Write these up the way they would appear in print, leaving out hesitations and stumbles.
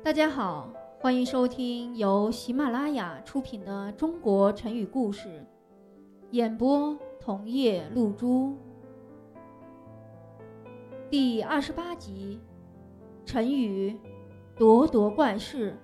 大家好，欢迎收听由喜马拉雅出品的中国成语故事，演播桐叶露珠。第28集，成语咄咄怪事。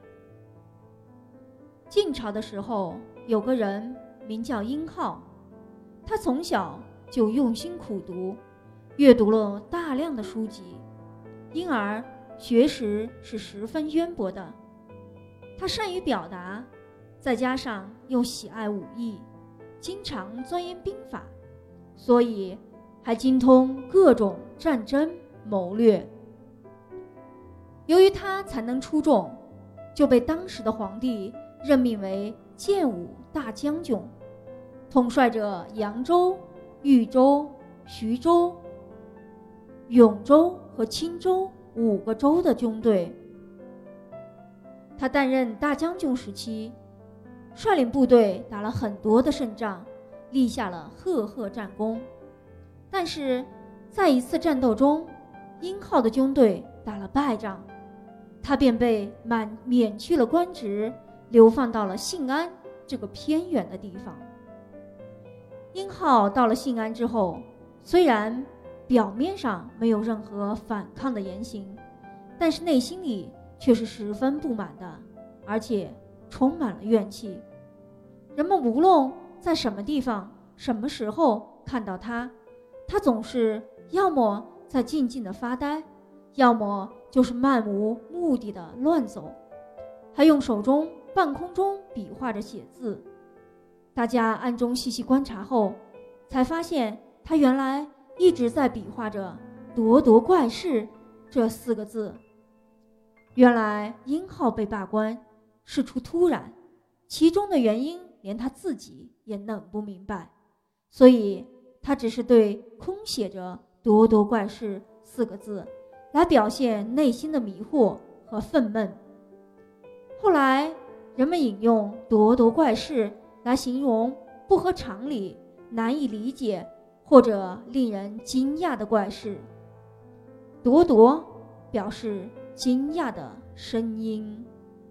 晋朝的时候，有个人名叫殷浩，他从小就用心苦读，阅读了大量的书籍，因而学识是十分渊博的。他善于表达，再加上又喜爱武艺，经常钻研兵法，所以还精通各种战争谋略。由于他才能出众，就被当时的皇帝任命为建武大将军，统帅着扬州、豫州、徐州、永州和青州5个州的军队。他担任大将军时期，率领部队打了很多的胜仗，立下了赫赫战功。但是在一次战斗中，殷浩的军队打了败仗，他便被免去了官职，流放到了信安这个偏远的地方。殷浩到了信安之后，虽然表面上没有任何反抗的言行，但是内心里却是十分不满的，而且充满了怨气。人们无论在什么地方、什么时候看到他，他总是要么在静静的发呆，要么就是漫无目的的乱走，还用手中半空中比划着写字。大家暗中细细观察后，才发现他原来一直在比划着咄咄怪事这4个字。原来殷浩被罢官事出突然，其中的原因连他自己也弄不明白，所以他只是对空写着咄咄怪事4个字来表现内心的迷惑和愤懑。后来人们引用咄咄怪事来形容不合常理、难以理解或者令人惊讶的怪事。咄咄表示惊讶的声音。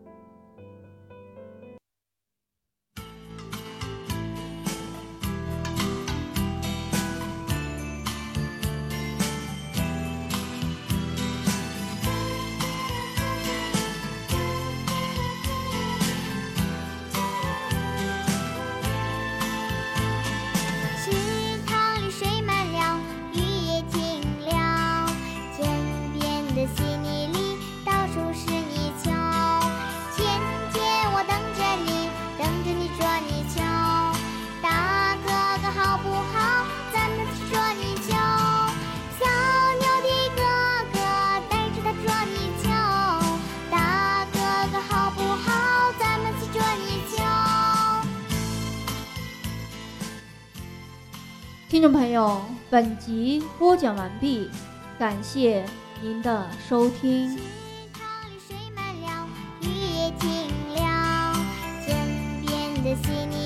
听众朋友，本集播讲完毕，感谢您的收听。 池塘里水满了，雨也停了，天边的细泥